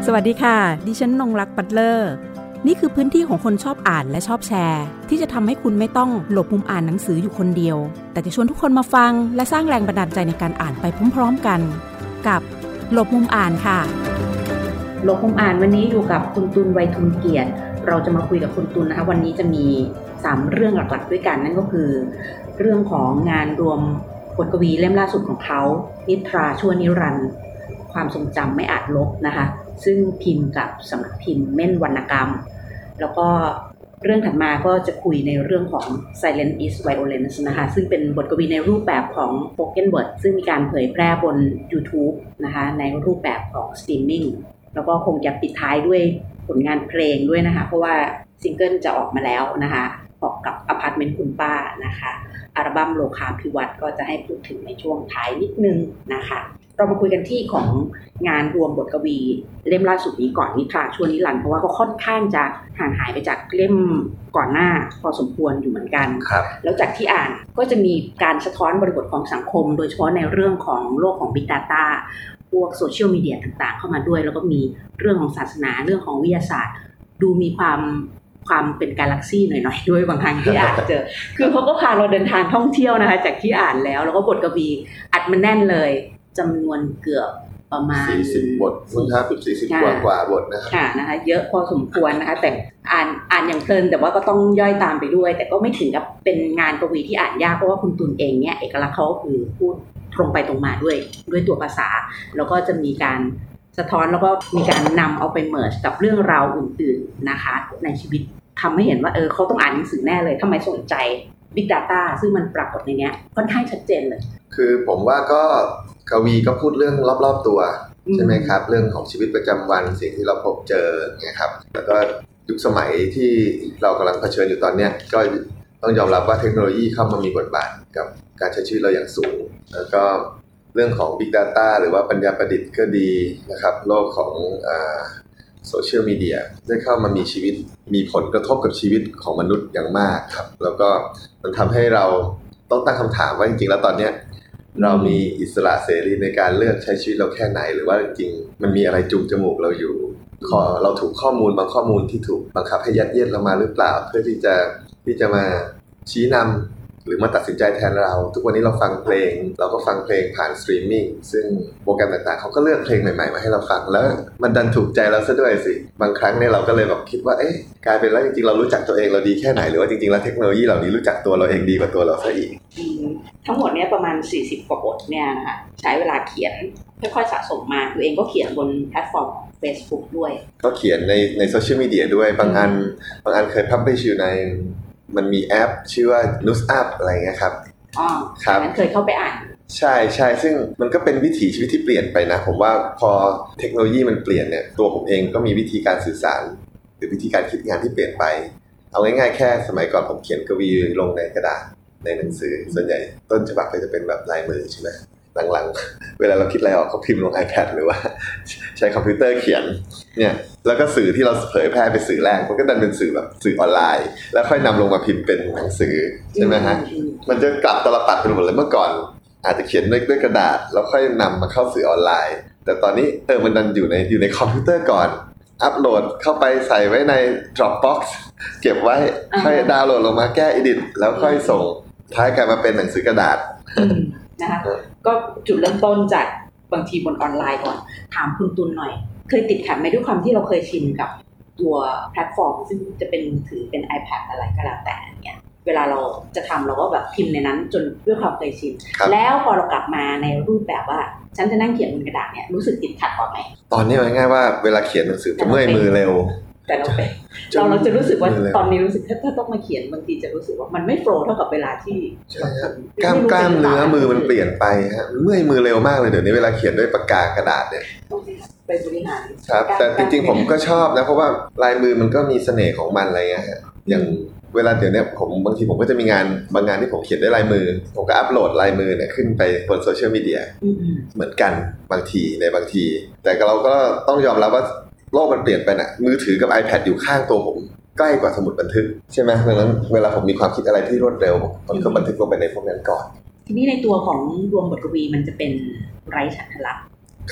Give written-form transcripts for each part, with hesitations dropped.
สวัสดีค่ะดิฉันนงรักปัตเลอร์นี่คือพื้นที่ของคนชอบอ่านและชอบแชร์ที่จะทำให้คุณไม่ต้องหลบมุมอ่านหนังสืออยู่คนเดียวแต่จะชวนทุกคนมาฟังและสร้างแรงบันดาลใจในการอ่านไปพร้อมๆกันกับหลบมุมอ่านค่ะหลบมุมอ่านวันนี้อยู่กับคุณตุลไวทุนเกียรติเราจะมาคุยกับคุณตุลนะคะวันนี้จะมี3เรื่องหลักๆด้วยกันนั่นก็คือเรื่องของงานรวมบทกวีเล่มล่าสุดของเขานิทราชั่วนิรันดร์ความทรงจำไม่อาจลบนะคะซึ่งพิมพ์กับสำนักพิมพ์เม่นวรรณกรรมแล้วก็เรื่องถัดมาก็จะคุยในเรื่องของ Silence is Violence นะคะซึ่งเป็นบทกวีในรูปแบบของ Spoken Word ซึ่งมีการเผยแพร่บน YouTube นะคะในรูปแบบของ Streaming แล้วก็คงจะปิดท้ายด้วยผลงานเพลงด้วยนะคะเพราะว่าซิงเกิลจะออกมาแล้วนะคะออกกับอพาร์ตเมนต์คุณป้านะคะอัลบั้มโลคาภิวัตน์ก็จะให้พูดถึงในช่วงท้ายนิดนึงนะคะเรามาคุยกันที่ของงานรวมบทกวีเล่มล่าสุดนี้ก่อนนิทราชั่วนิรันดร์เพราะว่าก็ค่อนข้างจะห่างหายไปจากเล่มก่อนหน้าพอสมควรอยู่เหมือนกันแล้วจากที่อ่านก็จะมีการสะท้อนบริบทของสังคมโดยเฉพาะในเรื่องของโลกของ Big Data พวกโซเชียลมีเดียต่างๆเข้ามาด้วยแล้วก็มีเรื่องของศาสนาเรื่องของวิทยาศาสตร์ดูมีความเป็นกาแล็กซี่หน่อยๆด้วยบางครั้งที่อ่านเจอคือเขาก็พาเราเดินทางท่องเที่ยวนะคะจากที่อ่านแล้วก็บทกวีอัดมันแน่นเลยจำนวนเกือบประมาณ 40 บทครับ40 กว่าบทนะคะเยอะพอสมควรนะคะแต่อ่านอย่างเพลินแต่ว่าก็ต้องย่อยตามไปด้วยแต่ก็ไม่ถึงกับเป็นงานกวีที่อ่านยากเพราะว่าคุณตุลเองเนี่ยเอกลักษณ์เขาคือพูดตรงไปตรงมาด้วยตัวภาษาแล้วก็จะมีการสะท้อนแล้วก็มีการนำเอาไปเมิร์จกับเรื่องราวอื่นๆนะคะในชีวิตทำให้เห็นว่าเขาต้องอ่านหนังสือแน่เลยทำไมสนใจ Big Data ซึ่งมันปรากฏในนี้ค่อนข้างชัดเจนเลยคือผมว่าก็กวีก็พูดเรื่องรอบๆตัวใช่ไหมครับเรื่องของชีวิตประจำวันสิ่งที่เราพบเจอเนี่ยครับแล้วก็ยุคสมัยที่เรากำลังเผชิญอยู่ตอนนี้ก็ต้องยอมรับว่าเทคโนโลยีเข้ามามีบทบาทกับการใช้ชีวิตเราอย่างสูงแล้วก็เรื่องของ Big Data หรือว่าปัญญาประดิษฐ์ก็ดีนะครับโลกของโซเชียลมีเดียได้เข้ามามีชีวิตมีผลกระทบกับชีวิตของมนุษย์อย่างมากครับแล้วก็มันทำให้เราต้องตั้งคำถามว่าจริงๆแล้วตอนนี้เรามีอิสระเสรีในการเลือกใช้ชีวิตเราแค่ไหนหรือว่าจริงๆมันมีอะไรจูงจมูกเราอยู่เราถูกข้อมูลบางข้อมูลที่ถูกบังคับให้ยัดเยียดเรามาหรือเปล่าเพื่อที่จะมาชี้นำหรือมาตัดสินใจแทนเราทุกวันนี้เราฟังเพลงเราก็ฟังเพลงผ่านสตรีมมิ่งซึ่งโปรแกรมต่างๆเขาก็เลือกเพลงใหม่ๆมาให้เราฟังแล้วมันดันถูกใจเราซะด้วยสิบางครั้งเนี่ยเราก็เลยแบบคิดว่ากลายเป็นว่าจริงๆเรารู้จักตัวเองเราดีแค่ไหนหรือว่าจริงๆแล้วเทคโนโลยีเหล่านี้รู้จักตัวเราเองดีกว่าตัวเราซะอีกทั้งหมดเนี่ยประมาณ40 กว่าบทเนี่ยนะคะใช้เวลาเขียนค่อยๆสะสมมาตัวเองก็เขียนบนแพลตฟอร์ม Facebook ด้วยก็เขียนในโซเชียลมีเดียด้วยบางอันเคยพับลิชอยู่ในมันมีแอปชื่อว่า News Up อะไรเงี้ยครับครับเคยเข้าไปอ่านใช่ซึ่งมันก็เป็นวิถีชีวิตที่เปลี่ยนไปนะผมว่าพอเทคโนโลยีมันเปลี่ยนเนี่ยตัวผมเองก็มีวิธีการสื่อสารหรือวิธีการคิดงานที่เปลี่ยนไปเอาง่ายๆแค่สมัยก่อนผมเขียนกวีลงในกระดาษในหนังสือส่วนใหญ่ต้นฉบับก็จะเป็นแบบลายมือใช่ไหมหลังๆเวลาเราคิดอะไรออกเขาพิมพ์ลง iPad หรือว่าใช้คอมพิวเตอร์เขียนเนี่ยแล้วก็สื่อที่เราเผยแพร่ไปสื่อแรกมันก็ดันเป็นสื่อแบบสื่อออนไลน์แล้วค่อยนำลงมาพิมพ์เป็นหนังสือใช่ไหมฮะมันจะกลับตลปัดเป็นหมดเลยเมื่อก่อนอาจจะเขียนด้วยกระดาษแล้วค่อยนำมาเข้าสื่อออนไลน์แต่ตอนนี้มันดันอยู่ในคอมพิวเตอร์ก่อนอัปโหลดเข้าไปใส่ไว้ใน Dropbox เก็บไว้ค่อยดาวน์โหลดลงมาแก้ edit แล้วค่อยส่งท้ายกลายมาเป็นหนังสือกระดาษนะคะก็จุดเริ่มต้นจากบางทีบนออนไลน์ก่อนถามคุณตุลหน่อยเคยติดขัดไหมด้วยความที่เราเคยชินกับตัวแพลตฟอร์มซึ่งจะเป็นมือถือเป็น iPad อะไรก็แล้วแต่เนี่ยเวลาเราจะทำเราก็แบบพิมพ์ในนั้นจนด้วยความเคยชินแล้วพอเรากลับมาในรูปแบบว่าฉันจะนั่งเขียนบนกระดาษเนี่ยรู้สึกติดขัดกว่าไหมตอนนี้ง่ายๆว่าเวลาเขียนหนังสือจะเมื่อยมือเร็วแต่เราจะรู้สึกว่าตอนนี้รู้สึกถ้าต้องมาเขียนบางทีจะรู้สึกว่ามันไม่โฟลว์เท่ากับเวลาที่กล้ามเนื้อมือมันเปลี่ยนไปฮะเมื่อยมือเร็วมากเลยเดี๋ยวนี้เวลาเขียนด้วยปากกากระดาษเนี่ยไปบริหารครับแต่จริงๆผมก็ชอบนะเพราะว่าลายมือมันก็มีเสน่ห์ของมันอะไรเงี้ยอย่างเวลาเดี๋ยวนี้บางทีผมก็จะมีบางงานที่ผมเขียนด้วยลายมือผมก็อัปโหลดลายมือเนี่ยขึ้นไปบนโซเชียลมีเดียเหมือนกันบางทีแต่เราก็ต้องยอมรับว่าโลกมันเปลี่ยนไปน่ะมือถือกับ iPad อยู่ข้างตัวผมใกล้กว่าสมุดบันทึกใช่ไหมดังนั้นเวลาผมมีความคิดอะไรที่รวดเร็วผมก็บันทึกลงไปในพวกนั้นก่อนทีนี้ในตัวของรวมบทกวีมันจะเป็นไร้ฉันทลักษณ์ครับ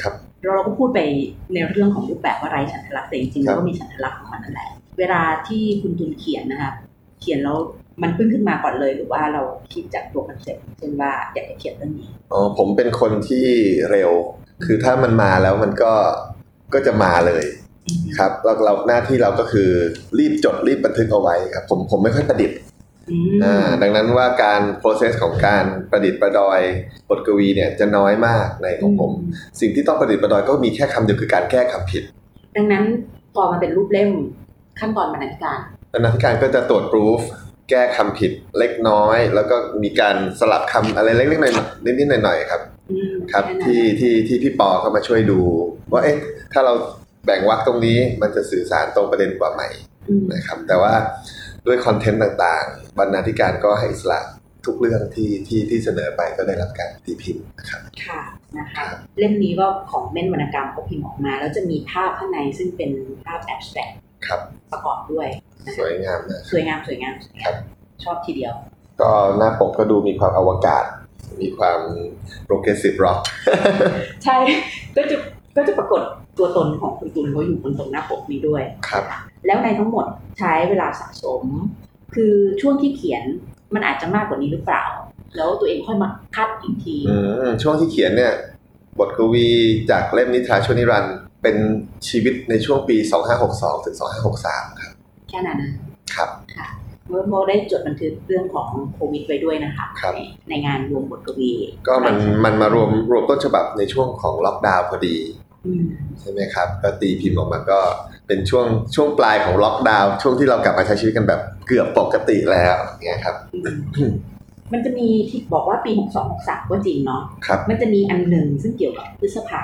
เราก็พูดไปในเรื่องของรูปแบบว่าไร้ฉันทลักษณ์แต่จริงๆแล้วก็มีฉันทลักษณ์ของมันนั่นแหละเวลาที่คุณตุลเขียนนะคะเขียนแล้วมันขึ้นมาก่อนเลยหรือว่าเราคิดจากตัวคอนเซ็ปต์เช่นว่าอยากจะเขียนเรื่องนี้ผมเป็นคนที่เร็วคือถ้ามันมาแล้วมันก็จะมาเลยครับเราหน้าที่เราก็คือรีบจดรีบบันทึกเอาไว้ครับผมไม่ค่อยประดิษฐ์ดังนั้นว่าการ process ของการประดิษฐ์ประดอยบทกวีเนี่ยจะน้อยมากในของผมสิ่งที่ต้องประดิษฐ์ประดอยก็มีแค่คำเดียวคือการแก้คำผิดดังนั้นพอมันเป็นรูปเล่มขั้นตอนบรรณาธิการก็จะตรวจ proof แก้คำผิดเล็กน้อยแล้วก็มีการสลับคำอะไรเล็กๆน้อยๆนิดๆหน่อยๆครับที่พี่ปอเข้ามาช่วยดูว่าเอ๊ะถ้าเราแบ่งวรรคตรงนี้มันจะสื่อสารตรงประเด็นกว่าไหมนะครับแต่ว่าด้วยคอนเทนต์ต่างๆบรรณาธิการก็ให้อิสระทุกเรื่องที่เสนอไปก็ได้รับการตีพิมพ์นะครับค่ะนะคะเล่มนี้ก็ของเม่นวรรณกรรมเขาพิมพ์ออกมาแล้วจะมีภาพข้างในซึ่งเป็นภาพแอบสแตรกประกอบด้วยสวยงามนะสวยงามชอบทีเดียวก็หน้าปกก็ดูมีความอวกาศมีความโปรเกรสซีฟร็อกใช่ก็จะปรากฏตัวตนของคุณตุลเขาอยู่บนตรงหน้าปกนี้ด้วยครับแล้วในทั้งหมดใช้เวลาสะสมคือช่วงที่เขียนมันอาจจะมากกว่านี้หรือเปล่าแล้วตัวเองค่อยมาคัดอีกทีช่วงที่เขียนเนี่ยบทกวีจากเล่มนิทราชั่วนิรันดร์เป็นชีวิตในช่วงปี2562ถึง2563ครับแค่นั้นนะครับค่ะเมื่อได้จดบันทึกเรื่องของโควิดไว้ด้วยนะคะในงานรวมบทกวีก็มันมารวมต้นฉบับในช่วงของล็อกดาวน์พอดีใช่ไหมครับก็ตีพิมพ์ออกมาก็เป็นช่วงปลายของล็อกดาวน์ช่วงที่เรากลับมาใช้ชีวิตกันแบบเกือบปกติแล้วเนี่ยครับมันจะมีที่บอกว่าปี62-63ก็จริงเนาะมันจะมีอันหนึ่งซึ่งเกี่ยวกับพฤษภา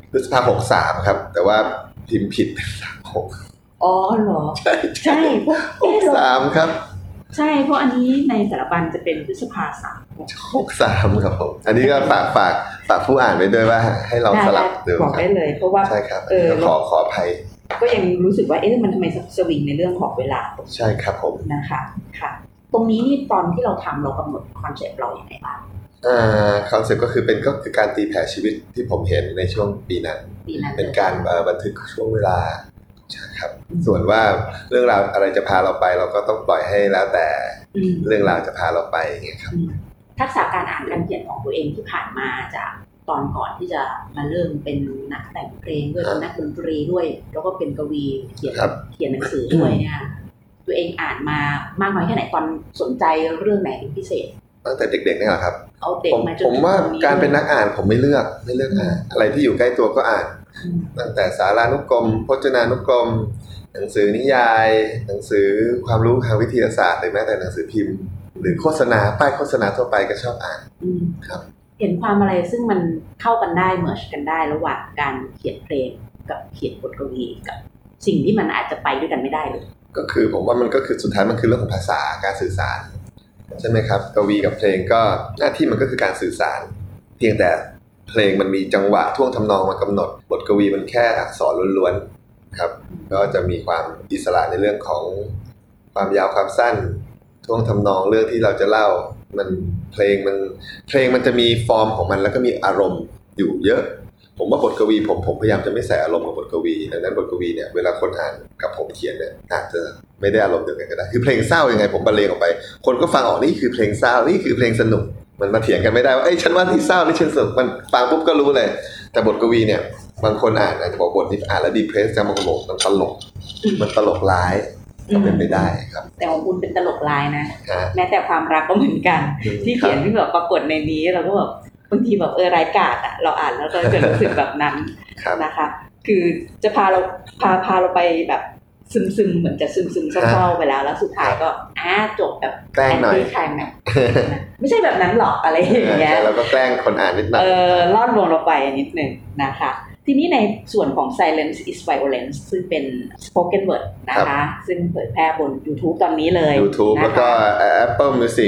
63ครับแต่ว่าพิมพ์ผิดเป็น36 อ๋อเหรอใช่พวก 63ครับใช่เพราะอันนี้ในสารบัญจะเป็นพฤษภา 63ครับผมอันนี้ก็ฝากผู้อ่านไว้ด้วยว่าให้เราสลับดูบอกได้เลยเพราะว่าใช่ครับขออภัยก็ยังรู้สึกว่ามันทำไมสวิงในเรื่องของเวลาใช่ครับผมนะคะค่ะตรงนี้นี่ตอนที่เราทำเรากำหนดคอนเซ็ปต์เราอย่างไรบ้างคอนเซ็ปต์ก็คือการตีแผ่ชีวิตที่ผมเห็นในช่วงปีนั้นเป็นการบันทึกช่วงเวลาครับส่วนว่าเรื่องราวอะไรจะพาเราไปเราก็ต้องปล่อยให้แล้วแต่เรื่องราวจะพาเราไปอย่างเงี้ยครับทักษะการอ่านการเขียนของตัวเองที่ผ่านมาจากตอนก่อนที่จะมาเริ่มเป็นนักแต่งเพลงด้วยเป็นนักดนตรีด้วยแล้วก็เป็นกวีเขียนหนังสือด้วยเนี่ยตัวเองอ่านมามากน้อยแค่ไหนตอนสนใจเรื่องไหนพิเศษตั้งแต่เด็กๆนี่แหละครับผมว่าการเป็นนักอ่านผมไม่เลือกอ่านอะไรที่อยู่ใกล้ตัวก็อ่านตั้งแต่สารานุกรมพจนานุกรมหนังสือนิยายหนังสือความรู้ทางวิทยาศาสตร์หรือแม้แต่หนังสือพิมพ์หรือโฆษณาป้ายโฆษณาทั่วไปก็ชอบอ่านครับเห็นความอะไรซึ่งมันเข้ากันได้เมิร์จกันได้ระหว่างการเขียนเพลงกับเขียนบทกวีกับสิ่งที่มันอาจจะไปด้วยกันไม่ได้เลยก็คือผมว่ามันก็คือสุดท้ายมันคือเรื่องของภาษาการสื่อสารใช่ไหมครับกวีกับเพลงก็หน้าที่มันก็คือการสื่อสารเพียงแต่เพลงมันมีจังหวะท่วงทำนองมากำหนดบทกวีมันแค่อักษรล้วนๆครับก็จะมีความอิสระในเรื่องของความยาวความสั้นท่วงทำนองเรื่องที่เราจะเล่ามันเพลงมันจะมีฟอร์มของมันแล้วก็มีอารมณ์อยู่เยอะผมว่าบทกวีผมพยายามจะไม่ใส่อารมณ์กับบทกวีดังนั้นบทกวีเนี่ยเวลาคนอ่านกับผมเขียนเนี่ยอาจจะไม่ได้อารมณ์เดียวกันก็ได้คือเพลงเศร้ายังไงผมบรรเลงออกไปคนก็ฟังออกนี่คือเพลงเศร้านี่คือเพลงสนุกมันมาเถียงกันไม่ได้ว่าฉันว่าที่เศร้านี่ฉันสนุกมันฟังปุ๊บก็รู้เลยแต่บทกวีเนี่ยบางคนอ่านอาจจะบอกบทนี้อ่านแล้วดีเพรสจะมันมันตลกร้ายก็เป็นไปได้ครับแต่ของคุณเป็นตลกร้ายนะแม้แต่ความรักก็เหมือนกันที่เขียนที่แบบปรากฏในนี้เราก็แบบบางทีแบบร้ายกาจอ่ะเราอ่านแล้วก็จะรู้สึกแบบนั้นนะคะคือจะพาเราไปแบบซึมเหมือนจะซึมเศร้าไปแล้วสุดท้ายก็จบแบบแกล้งหน่อยใครแบบไม่ใช่แบบนั้นหรอกอะไรอย่างเงี้ยเราก็แกล้งคนอ่านนิดหน่อยลอดลงเราไปนิดนึงนะคะทีนี้ในส่วนของ Silence is Violence ซึ่งเป็น spoken word นะคะซึ่งเผยแพร่บน YouTube ตอนนี้เลย YouTube แล้วก็ Apple Music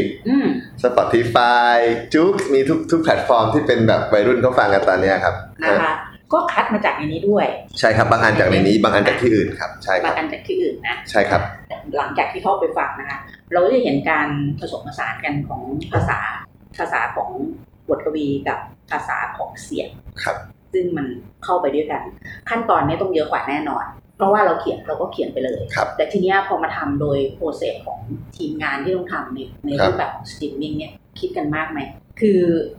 Spotify Joox มีทุกแพลตฟอร์มที่เป็นแบบวัยรุ่นเขาฟังกันตอนนี้ครับนะคะก็คัดมาจากในนี้ด้วยใช่ครับบางอันจากในนี้บางอันจากที่อื่นครับใช่ครับบางอันจากที่อื่นนะใช่ครับหลังจากที่เข้าไปฟังนะคะเราจะเห็นการผสมผสานกันของภาษาของบทกวีกับภาษาของเสียงครับซึ่งมันเข้าไปด้วยกันขั้นตอนนี้ต้องเยอะกว่าแน่นอนเพราะว่าเราก็เขียนไปเลยแต่ทีนี้พอมาทำโดยโปรเซสของทีมงานที่ต้องทำในรูปแบบของสตรีมมิ่งเนี่ยคิดกันมากไหมคือ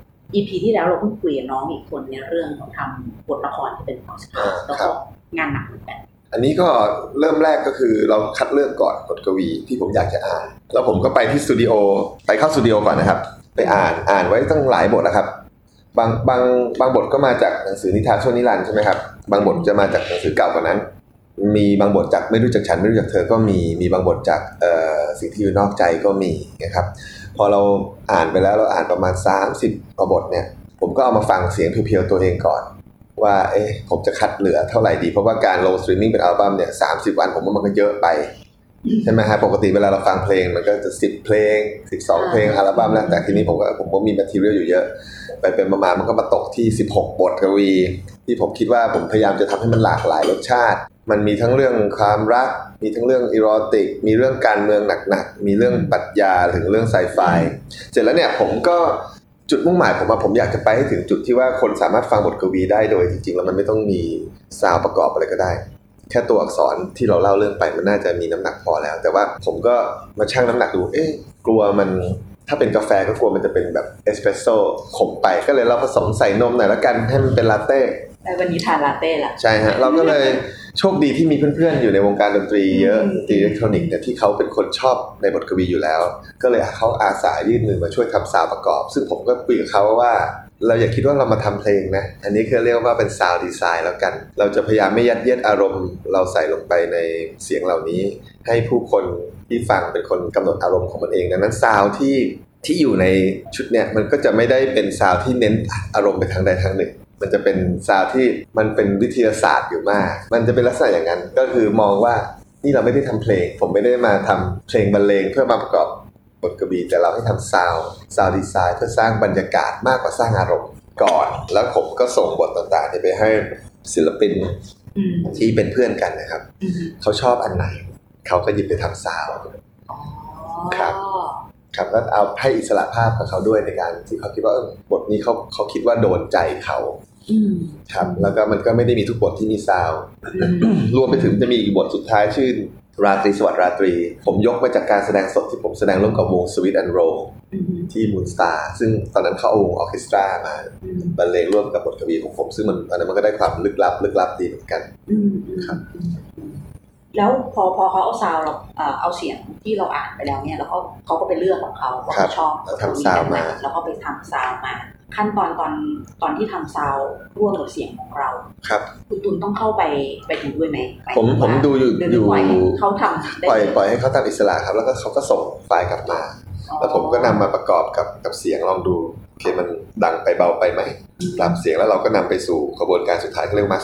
EP ที่แล้วเราเพิ่งคุยกับน้องอีกคนในเรื่องของทำบทละครที่เป็นของสตรีมแล้วก็งานหนักเหมือนกันอันนี้ก็เริ่มแรกก็คือเราคัดเลือกก่อนบทกวีที่ผมอยากจะอ่านแล้วผมก็ไปที่สตูดิโอไปเข้าสตูดิโอก่อนนะครับไปอ่านไว้ตั้งหลายบทนะครับบางบทก็มาจากหนังสือนิทานชั่วนิรันดร์ใช่ไหมครับบางบทจะมาจากหนังสือเก่ากว่านั้นมีบางบทจากไม่รู้จักฉันไม่รู้จักเธอก็มีบางบทจากสิ่งที่อยู่นอกใจก็มีนะครับพอเราอ่านไปแล้วเราอ่านประมาณ30กว่าบทเนี่ยผมก็เอามาฟังเสียงเพียวๆตัวเองก่อนว่าผมจะคัดเหลือเท่าไหร่ดีเพราะว่าการลงสตรีมมิ่งเป็นอัลบั้มเนี่ย30วันผมว่ามันก็เยอะไปใช่ไหมฮะปกติเวลาเราฟังเพลงมันก็จะ10เพลง12เพลงอัลบั้มแล้วแต่ทีนี้ผมก็มีแมททีเรียลอยู่เยอะไปเป็นประมาณมันก็มาตกที่16บทกวีที่ผมคิดว่าผมพยายามจะทำให้มันหลากหลายรสชาติมันมีทั้งเรื่องความรักมีทั้งเรื่องอีโรติกมีเรื่องการเมืองหนักๆมีเรื่องปรัชญาถึงเรื่องไซไฟเสร็จแล้วเนี่ยผมก็จุดมุ่งหมายผมอยากจะไปให้ถึงจุดที่ว่าคนสามารถฟังบทกวีได้โดยจริงๆแล้วมันไม่ต้องมีซาวด์ประกอบอะไรก็ได้แค่ตัวอักษรที่เราเล่าเรื่องไปมันน่าจะมีน้ำหนักพอแล้วแต่ว่าผมก็มาชั่งน้ำหนักดูกลัวมันถ้าเป็นกาแฟก็กลัวมันจะเป็นแบบเอสเปรสโซ่ขมไปก็เลยเราผสมใส่นมหน่อยแล้วกันให้มันเป็นลาเต้วันนี้ทานลาเต้ละใช่ฮะเราก็เลยโชคดีที่มีเพื่อนๆอยู่ในวงการดนตรีเยอะดนตรีอิเล็กทรอนิกส์เนี่ยที่เขาเป็นคนชอบในบทกวีอยู่แล้วก็เลยเขาอาสายื่นมือมาช่วยทำซาวด์ประกอบซึ่งผมก็คุยกับเขาว่าเราอย่าคิดว่าเรามาทำเพลงนะอันนี้คือเรียกว่าเป็นซาวด์ดีไซน์แล้วกันเราจะพยายามไม่ยัดเยียดอารมณ์เราใส่ลงไปในเสียงเหล่านี้ให้ผู้คนที่ฟังเป็นคนกำหนดอารมณ์ของมันเองดังนั้นซาวด์ที่อยู่ในชุดเนี่ยมันก็จะไม่ได้เป็นซาวด์ที่เน้นอารมณ์ไปทางใดทางหนึ่งมันจะเป็นซาวด์ที่มันเป็นวิทยาศาสตร์อยู่มากมันจะเป็นลักษณะอย่างนั้นก็คือมองว่านี่เราไม่ได้ทำเพลงผมไม่ได้มาทำเพลงบรรเลงเพื่อมาประกอบบทกวีแต่เราให้ทำซาวด์ดีไซน์เพื่อสร้างบรรยากาศมากกว่าสร้างอารมณ์ก่อนแล้วผมก็ส่งบทต่างๆไปให้ศิลปินที่เป็นเพื่อนกันนะครับเขาชอบอันไหนเขาก็หยิบไปทำซาวด์ครับก็เอาให้อิสระภาพกับเขาด้วยในการที่เขาคิดว่าบทนี้เขาคิดว่าโดนใจเขาครับแล้วก็มันก็ไม่ได้มีทุกบทที่มีซาวด์รวมไปถึงจะมีอีกบทสุดท้ายชื่อราตรีสวัสดิ์ราตรีผมยกมาจากการแสดงสดที่ผมแสดงร่วมกับวง Sweet and Roll ที่ Moonstar ซึ่งตอนนั้นเขาเอาวงออร์เคสตรามาบรรเลงร่วมกับบทกวีของผมซึ่งตอนนั้นมันก็ได้ความลึกลับดีเหมือนกันครับแล้วพอเขาเอาซาวเราเอาเสียงที่เราอ่านไปแล้วเนี่ยแล้วเขาก็ไปเลือกของเขาว่าเขาชอบทำซาวมาแล้วก็ไปทำซาวมาขั้นตอนที่ทำซาวร่วมกับเสียงของเราครับคุณตุลต้องเข้าไปดูด้วยไหมผมดูอยู่เขาทำปล่อยให้เขาทำอิสระครับแล้วก็เขาก็ส่งไฟล์กลับมาแล้วผมก็นำมาประกอบกับเสียงลองดูโอเคมันดังไปเบาไปไหมปรับเสียงแล้วเราก็นำไปสู่กระบวนการสุดท้ายเรียกว่า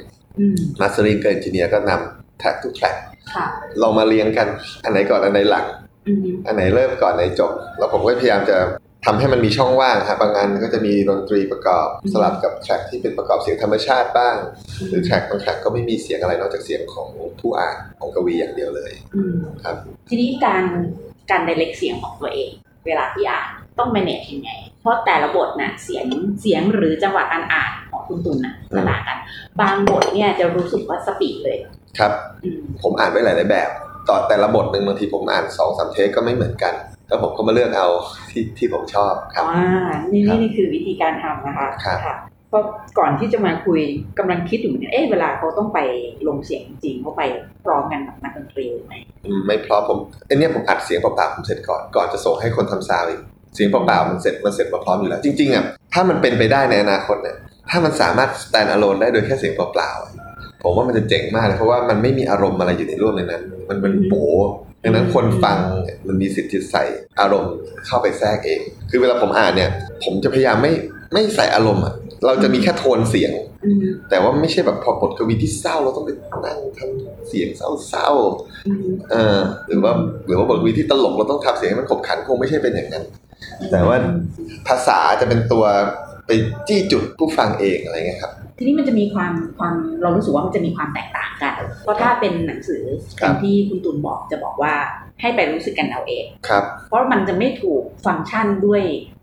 mastering กับ engineer ก็นำแทร็กทุกแทร็กเรามาเรียงกันอันไหนก่อนอันไหนหลังอันไหนเริ่มก่อนอันไหนจบแล้วผมก็พยายามจะทำให้มันมีช่องว่างครับบางงานก็จะมีดนตรีประกอบสลับกับแทร็กที่เป็นประกอบเสียงธรรมชาติบ้างหรือแทร็กบางแทร็กก็ไม่มีเสียงอะไรนอกจากเสียงของผู้อ่านของกวีอย่างเดียวเลยครับทีนี้การไดเรกเสียงของตัวเองเวลาที่อ่านต้อง manage ยังไงเพราะแต่ละบทน่ะเสียงหรือจังหวะการอ่านของคุณตุลน่ะต่างกันบางบทเนี่ยจะรู้สึกว่าสปีดเลยครับผมอ่านไว้หลายแบบต่อแต่ละบทนึงบางทีผมอ่าน 2-3 เทคก็ไม่เหมือนกันแล้วผมก็มาเลือกเอาที่ผมชอบครับนี่คือวิธีการทำนะคะค่ะเพราะก่อนที่จะมาคุยกำลังคิดอยู่เนี่ยเวลาเขาต้องไปลงเสียงจริงเขาไปพร้อมกันกับนักดนตรีไหมไม่พร้อมผมผมอัดเสียงเปล่าๆผมเสร็จก่อนจะส่งให้คนทำซาวด์อีกเสียงเปล่าๆมันเสร็จมาพร้อมอยู่แล้วจริงๆอ่ะถ้ามันเป็นไปได้ในอนาคตเนี่ยถ้ามันสามารถ stand alone ได้โดยแค่เสียงเปล่าๆผมว่ามันจะเจ๋งมากเลยเพราะว่ามันไม่มีอารมณ์อะไรอยู่ในร่วมในนั้นมันโป๋ดังนั้นคนฟังมันมีสิทธิ์ที่ใส่อารมณ์เข้าไปแทรกเองคือเวลาผมอ่านเนี่ยผมจะพยายามไม่ใส่อารมณ์อ่ะเราจะมีแค่โทนเสียงแต่ว่าไม่ใช่แบบพอบทกวีที่เศร้าเราต้องไปนั่งทำเสียงเศร้าหรือว่าบทกวีที่ตลกเราต้องทำเสียงให้มันขบขันคงไม่ใช่เป็นอย่างนั้นแต่ว่าภาษาจะเป็นตัวไปจี้จุดผู้ฟังเองอะไรเงี้ยครับทีนี้มันจะมีความเรารู้สึกว่ามันจะมีความแตกต่างกันเพราะถ้าเป็นหนังสืออย่างที่คุณตุลจะบอกว่าให้ไปรู้สึกกันเอาเองครับเพราะมันจะไม่ถูกฟังก์ชันด้วย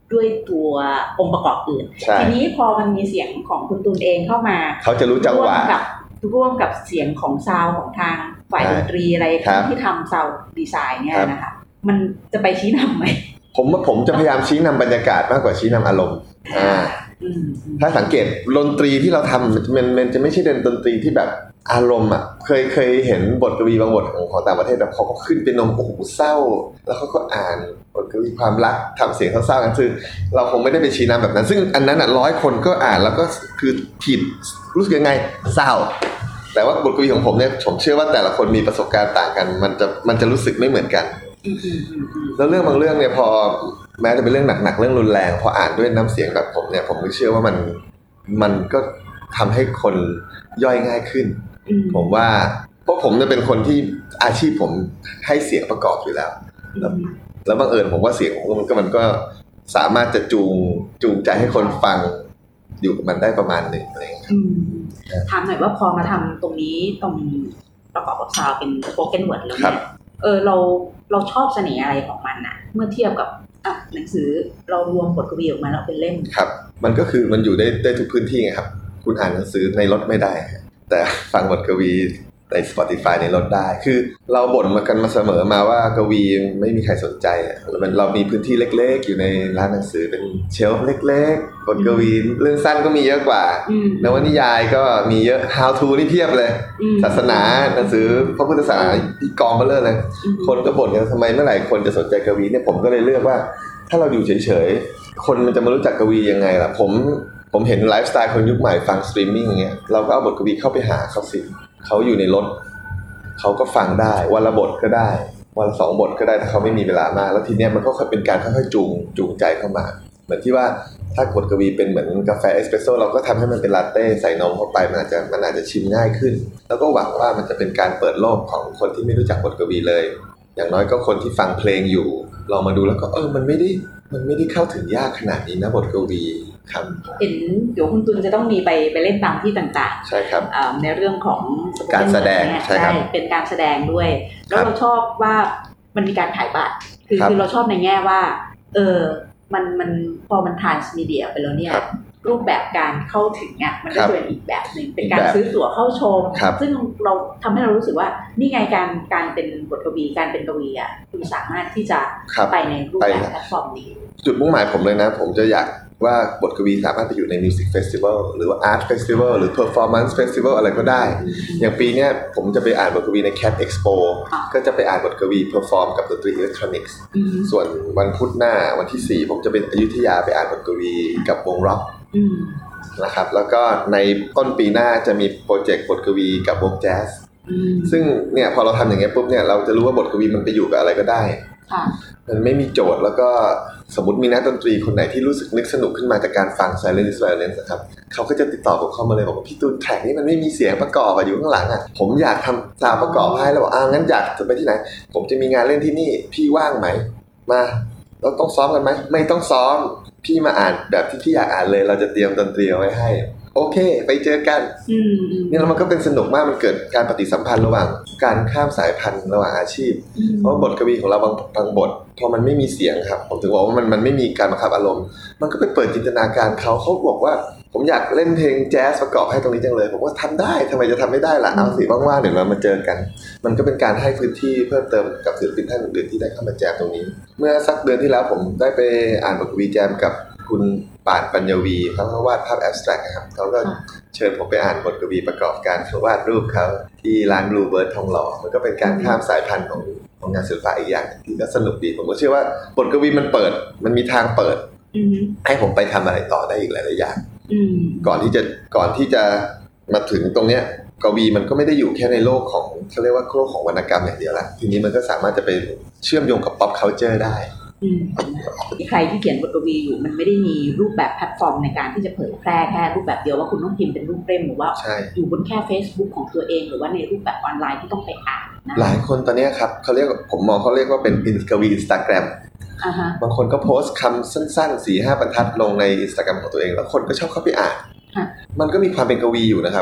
ด้วยตัวองค์ประกอบอื่นทีนี้พอมันมีเสียงของคุณตูนเองเข้ามาเขาจะรู้จังหวะร่วมกับเสียงของซาวของทางฝ่ายดนตรีอะไรที่ทำซาวดีไซน์เนี่ยนะคะมันจะไปชี้นำไหมผมจะพยายามชี้นำบรรยากาศมากกว่าชี้นำอารมณ์ถ้าสังเกตดนตรีที่เราทำมันจะไม่ใช่ดนตรีที่แบบอารมณ์อ่ะเคยเห็นบทกวีบางบทของต่างประเทศแบบเขาก็ขึ้นเป็นนมโอ้โหเศร้าแล้วเขาก็อ่านบทกวีความรักทำเสียงเศร้าๆกันคือเราคงไม่ได้ไปชี้นำแบบนั้นซึ่งอันนั้น100 คนก็อ่านแล้วก็คือผิดรู้สึกยังไงเศร้าแต่ว่าบทกวีของผมเนี่ยผมเชื่อว่าแต่ละคนมีประสบการณ์ต่างกันมันจะรู้สึกไม่เหมือนกันแล้วเรื่องบางเรื่องเนี่ยพอแม้จะเป็นเรื่องหนักๆเรื่องรุนแรงพออ่านด้วยน้ำเสียงแบบผมเนี่ยผมก็เชื่อว่ามันก็ทำให้คนย่อยง่ายขึ้นผมว่าเพราะผมจะเป็นคนที่อาชีพผมให้เสียงประกอบอยู่แล้วแล้วบังเอิญผมว่าเสียงผมมันก็สามารถจะจูงใจให้คนฟังอยู่กับมันได้ประมาณหนึ่งอะไรอย่างเงี้ยถามหน่อยว่าพอมาทำตรงนี้ตรงประกอบกับซาวเป็นสโปเกนเวิร์ดแล้วเนี่ยเราชอบเสน่ห์อะไรของมันน่ะเมื่อเทียบกับหนังสือเรารวมบทกวีออกมาแล้วเป็นเล่มครับมันก็คือมันอยู่ได้ทุกพื้นที่ไงครับคุณอ่านหนังสือในรถไม่ได้แต่ฟังบทกวีใน Spotify ในรถได้คือเราบ่นมาเสมอมาว่ากวีไม่มีใครสนใจเรามีพื้นที่เล็กๆอยู่ในร้านหนังสือเป็นเชลฟ์เล็กๆบทกวีเรื่องสั้นก็มีเยอะกว่านวนิยายก็มีเยอะ How to นี่เพียบเลยศาสนาหนังสือพระพุทธศาสนาที่กองมาเลยคนก็บ่นกันทำไมเมื่อไหร่คนจะสนใจกวีเนี่ยผมก็เลยเลือกว่าถ้าเราอยู่เฉยๆคนมันจะมารู้จักกวียังไงล่ะผมเห็นไลฟ์สไตล์คนยุคใหม่ฟังสตรีมมิ่งอย่างเงี้ยเราก็เอาบทกวีเข้าไปหาเขาสิเขาอยู่ในรถเขาก็ฟังได้วันละบทก็ได้วันละ2 บทก็ได้ถ้าเขาไม่มีเวลามากแล้วทีเนี้ยมันก็เป็นการค่อยๆจูงใจเข้ามาเหมือนที่ว่าถ้าบทกวีเป็นเหมือนกาแฟเอสเปรสโซ่เราก็ทำให้มันเป็นลาเต้ใส่นมเข้าไปมันอาจจะชิมง่ายขึ้นแล้วก็หวังว่ามันจะเป็นการเปิดโลกของคนที่ไม่รู้จักบทกวีเลยอย่างน้อยก็คนที่ฟังเพลงอยู่ลองมาดูแล้วก็มันไม่ได้เข้าถึงยากขนาดนี้นะบทกวีครับเห็นเดี๋ยวคุณตุลจะต้องมีไปเล่นตามที่ต่างๆใช่ครับในเรื่องของการแสดงใช่ครับเป็นการแสดงด้วยแล้วเราชอบว่ามันมีการขายบัตรคือเราชอบในแง่ว่ามันพอมันทรานส์มีเดียไปแล้วเนี่ยรูปแบบการเข้าถึงอ่ะมันก็จะเป็นอีกแบบนึงเป็นการซื้อตั๋วเข้าชมซึ่งเราทำให้เรารู้สึกว่านี่ไงการเป็นบทกวีการเป็นกวีอ่ะคุณสามารถที่จะไปในรูปแบบแพลตฟอร์มนี้จุดมุ่งหมายผมเลยนะผมจะอยากว่าบทกวีสามารถไปอยู่ในมิวสิกเฟสติวัลหรือว่าอาร์ตเฟสติวัลหรือเพอร์ฟอร์แมนซ์เฟสติวัลอะไรก็ได้อย่างปีนี้ผมจะไปอ่านบทกวีใน Cat Expo ก็จะไปอ่านบทกวีเพอร์ฟอร์มกับดนตรีอิเล็กทรอนิกส์ส่วนวันพุธหน้าวันที่4ผมจะเป็นอยุธยาไปอ่านบทกวีกับวงร็อกนะครับแล้วก็ในต้นปีหน้าจะมีโปรเจกต์บทกวีกับวงแจ๊สซึ่งเนี่ยพอเราทำอย่างเงี้ยปุ๊บเนี่ยเราจะรู้ว่าบทกวีมันไปอยู่กับอะไรก็ได้มันไม่มีโจทย์แล้วก็สมมติมีนักดนตรีคนไหนที่รู้สึกนึกสนุกขึ้นมาจากการฟัง Silent is Violence นะครับเขาก็จะติดต่อผมเข้ามาเลยบอกว่าพี่ตูนแทร็กนี้มันไม่มีเสียงประกอบอยู่ข้างหลังผมอยากทำซาวด์ประกอบให้แล้วบอกงั้นอยากจะไปที่ไหนผมจะมีงานเล่นที่นี่พี่ว่างไหมมาเราต้องซ้อมกันไหมไม่ต้องซ้อมพี่มาอ่านแบบที่พี่อยากอ่านเลยเราจะเตรียมดนตรีเอาไว้ให้โอเคไปเจอกันนี่แล้วมันก็เป็นสนุกมากมันเกิดการปฏิสัมพันธ์ระหว่างการข้ามสายพันธุ์ระหว่างอาชีพเพราะบทกวีของเราบางบทพอมันไม่มีเสียงครับผมถึงบอกว่ามันไม่มีการบังคับอารมณ์มันก็ไปเปิดจินตนาการเขาบอกว่าผมอยากเล่นเพลงแจ๊สประกอบให้ตรงนี้จังเลยผมว่าทำได้ทำไมจะทำไม่ได้ล่ะเอาสิว่างๆเดี๋ยวเรามาเจอกันมันก็เป็นการให้พื้นที่เพิ่มเติมกับศิลปินท่านอื่นๆที่ได้เข้ามาแจมตรงนี้เมื่อสักเดือนที่แล้วผมได้ไปอ่านบทกวีแจมกับคุณป่านปัญญวีเขาวาดภาพแอบสแตรกนะครับเขาก็เชิญผมไปอ่านบทกวีประกอบการเขาวาดรูปเขาที่ร้าน Blue Bird ทองหล่อมันก็เป็นการข้ามสายพันธุ์ของงานศิลปะอีกอย่างที่ก็สนุกดีผมก็เชื่อว่าบทกวีมันมีทางเปิดให้ผมไปทำอะไรต่อได้อีกหลายๆอย่างก่อนที่จะมาถึงตรงเนี้ยกวีมันก็ไม่ได้อยู่แค่ในโลกของเขาเรียกว่าโลกของวรรณกรรมอย่างเดียวละทีนี้มันก็สามารถจะไปเชื่อมโยงกับ pop culture ได้ใครที่เขียนบทกวีอยู่มันไม่ได้มีรูปแบบแพลตฟอร์มในการที่จะเผยแพร่แค่รูปแบบเดียวว่าคุณต้องพิมพ์เป็นรูปเล่มหรือว่าอยู่บนแค่ Facebook ของตัวเองหรือว่าในรูปแบบออนไลน์ที่ต้องไปอ่านนะหลายคนตอนนี้ครับเขาเรียกผมมองเขาเรียกว่าเป็นกวี Instagram บางคนก็โพสต์คำสั้นๆ 4-5 บรรทัดลงใน Instagram ของตัวเองแล้วคนก็ชอบเข้าไปอ่านมันก็มีความเป็นกวีอยู่นะครับ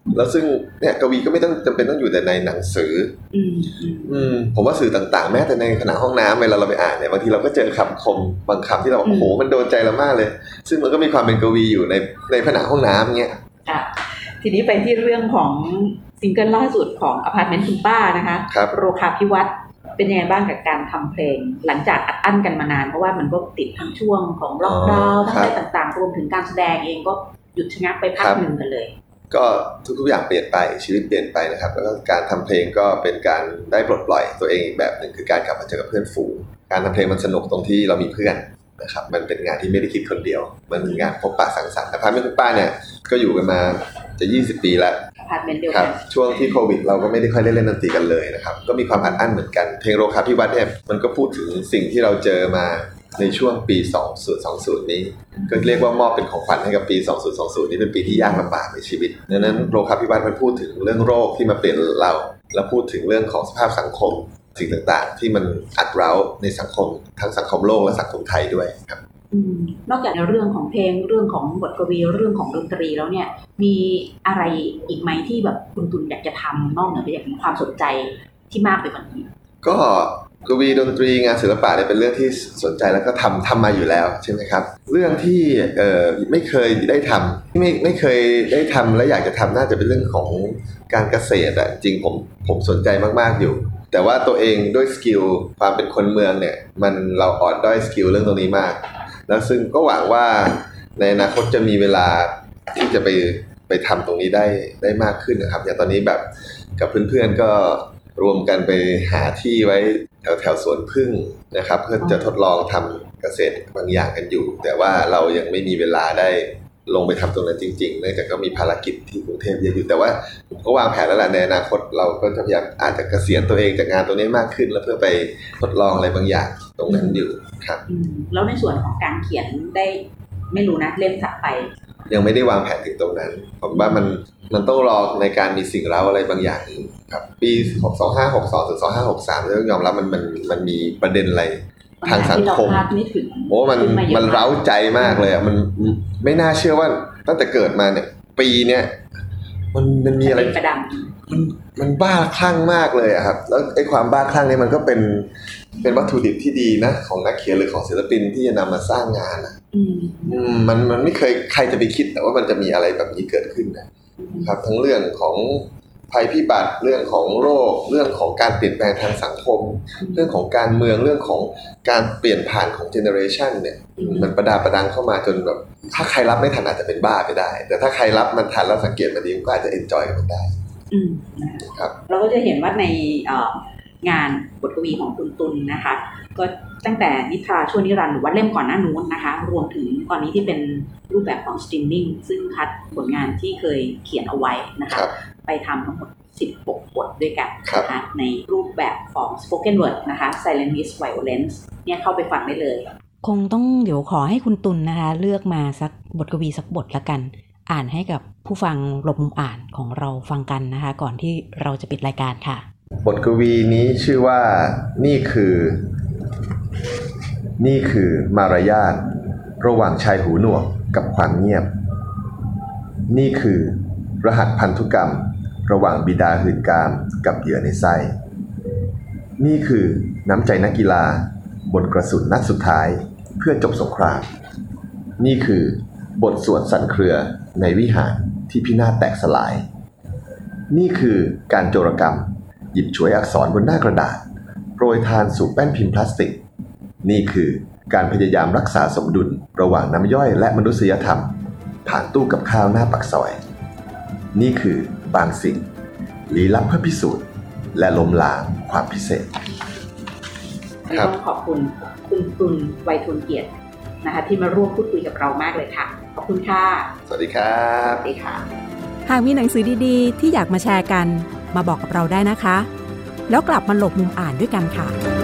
แล้วซึ่งเนี่ยกวีก็ไม่ต้องจำเป็นต้องอยู่แต่ในหนังสือผมว่าสื่อต่างๆแม้แต่ในขณะห้องน้ำเวลาเราไปอ่านเนี่ยบางทีเราก็เจอคำคมบางคำที่เราโอ้โหมันโดนใจเรามากเลยซึ่งมันก็มีความเป็นกวีอยู่ในผนังห้องน้ำเงี้ยทีนี้ไปที่เรื่องของซิงเกิลล่าสุดของอพาร์ตเมนต์คุณป้านะคะโรคาภิวัตรเป็นยังไงบ้างกับการทำเพลงหลังจากอัดอั้นกันมานานเพราะว่ามันก็ติดทั้งช่วงของล็อกดาวน์ทั้งอะไรต่างๆรวมถึงการแสดงเองก็หยุดชะงักไปพักหนึ่งกันเลยก็ทุกอย่างเปลี่ยนไปชีวิตเปลี่ยนไปนะครับแล้วก็การทำเพลงก็เป็นการได้ปลดปล่อยตัวเองอีกแบบหนึ่งคือการกลับมาเจอกับเพื่อนฝูงการทำเพลงมันสนุกตรงที่เรามีเพื่อนนะครับมันเป็นงานที่ไม่ได้คิดคนเดียวมันเป็นงานพบปะสังสรรค์อพาร์ตเมนต์คุณป้าเนี่ยก็อยู่กันมาจะ20 ปีแล้วอพาร์ตเมนต์เดียวกันช่วงที่โควิดเราก็ไม่ได้ค่อยได้เล่นดนตรีกันเลยนะครับก็มีความอัดอั้นเหมือนกันเพลงโรคาภิวัตรเนี่ยมันก็พูดถึงสิ่งที่เราเจอมาในช่วงปี2020นี้ก็เรียกว่ามอบเป็นของขวัญให้กับปี2020นี้เป็นปีที่ยากลำบากในชีวิตดังนั้นโรคาภิวัตรมันพูดถึงเรื่องโรคที่มาเปลี่ยนเราและพูดถึงเรื่องของสภาพสังคมสิ่งต่างๆที่มันอัดเร้าในสังคมทั้งสังคมโลกและสังคมไทยด้วยครับนอกจากในเรื่องของเพลงเรื่องของบทกวีเรื่องของดนตรีแล้วเนี่ยมีอะไรอีกไหมที่แบบคุณตุลอยากจะทำนอกเหนือไปจากความสนใจที่มากไปกว่านี้ก็กวีดนตรีงานศิลปะเนี่ยเป็นเรื่องที่สนใจแล้วก็ทำมาอยู่แล้วใช่ไหมครับเรื่องที่ไม่เคยได้ทำที่ไม่เคยได้ทำและอยากจะทำน่าจะเป็นเรื่องของการเกษตรจริงผมสนใจมากๆอยู่แต่ว่าตัวเองด้วยสกิลความเป็นคนเมืองเนี่ยเราอ่อนด้อยสกิลเรื่องตรงนี้มากแล้วซึ่งก็หวังว่าในอนาคตจะมีเวลาที่จะไปทำตรงนี้ได้มากขึ้นนะครับอย่างตอนนี้แบบกับเพื่อนๆก็รวมกันไปหาที่ไว้แถวสวนผึ้งนะครับเพื่อจะทดลองทำเกษตรบางอย่างกันอยู่แต่ว่าเรายังไม่มีเวลาได้ลงไปทำตรงนั้นจริงๆเนื่องจากก็มีภารกิจที่กรุงเทพเยอะอยู่แต่ว่าผมก็วางแผนแล้วแหละในอนาคตเราก็จะพยายามอาจจะเกษียณตัวเองจากงานตัวนี้มากขึ้นแล้วเพื่อไปทดลองอะไรบางอย่างตรงนั้นอยู่ครับแล้วในส่วนของการเขียนได้ไม่รู้นะเล่มถัดไปยังไม่ได้วางแผนถึงตรงนั้นผมว่ามันต้องรอในการมีสิ่งเร้าอะไรบางอย่างครับปี2562ถึง2563ต้องยอมรับมันมีประเด็นอะไรทางสังคมโอ้มันเร้าใจมากเลยมันไม่น่าเชื่อว่าตั้งแต่เกิดมาเนี่ยปีเนี้ยมันมีอะไรมันบ้าคลั่งมากเลยครับแล้วไอ้ความบ้าคลั่งนี้มันก็เป็นวัตถุดิบที่ดีนะของนักเขียนหรือของศิลปินที่จะนำมาสร้างงานมันไม่เคยใครจะไปคิดแต่ว่ามันจะมีอะไรแบบนี้เกิดขึ้นนะครับทั้งเรื่องของภัยพิบัติเรื่องของโรคเรื่องของการเปลี่ยนแปลงทางสังคมเรื่องของการเมืองเรื่องของการเปลี่ยนผ่านของเจเนอเรชันเนี่ยมันประดังเข้ามาจนแบบถ้าใครรับไม่ทันอาจจะเป็นบ้าไปได้แต่ถ้าใครรับมันทันแล้วสังเกตมันดีก็อาจจะเอนจอยกับมันได้ครับเราก็จะเห็นว่าในงานบทกวีของคุณตุลนะคะก็ตั้งแต่นิทราช่วงนิรันดร์หรือว่าเล่มก่อนหน้านู้นนะคะรวมถึงตอนนี้ที่เป็นรูปแบบของสตรีมมิ่งซึ่งคัดผลงานที่เคยเขียนเอาไว้นะคะไปทำทั้งหมด16 บทด้วยกันนะคะในรูปแบบของ spoken word นะคะ silent is violence เนี่ยเข้าไปฟังได้เลยคงต้องเดี๋ยวขอให้คุณตุลนะคะเลือกมาสักบทกวีสักบทละกันอ่านให้กับผู้ฟังหลบมุมอ่านของเราฟังกันนะคะก่อนที่เราจะปิดรายการค่ะบทกวีนี้ชื่อว่านี่คือมารยาทระหว่างชายหูหนวกกับความเงียบนี่คือรหัสพันธุกรรมระหว่างบิดาหื่นกามกับเหยื่อในไส้นี่คือน้ำใจนักกีฬาบนกระสุนนัดสุดท้ายเพื่อจบสงครามนี่คือบทสวดสั่นเครือในวิหารที่พินาศแตกสลายนี่คือการโจรกรรมหยิบฉวยอักษรบนหน้ากระดาษโปรยทานสู่แป้นพิมพ์พลาสติกนี่คือการพยายามรักษาสมดุลระหว่างน้ำย่อยและมนุษยธรรมผ่านตู้กับข้าวหน้าปากซอยนี่คือบางสิ่งลี้ลับเพื่อพิสูจน์และล้มล้างความพิเศษต้องขอบคุณคุณตุลไวทูลเกียรตินะคะที่มาร่วมพูดคุยกับเรามากเลยค่ะขอบคุณค่ะสวัสดีครับสวัสดีค่ะหากมีหนังสือดีๆที่อยากมาแชร์กันมาบอกกับเราได้นะคะแล้วกลับมาหลบมุมอ่านด้วยกันค่ะ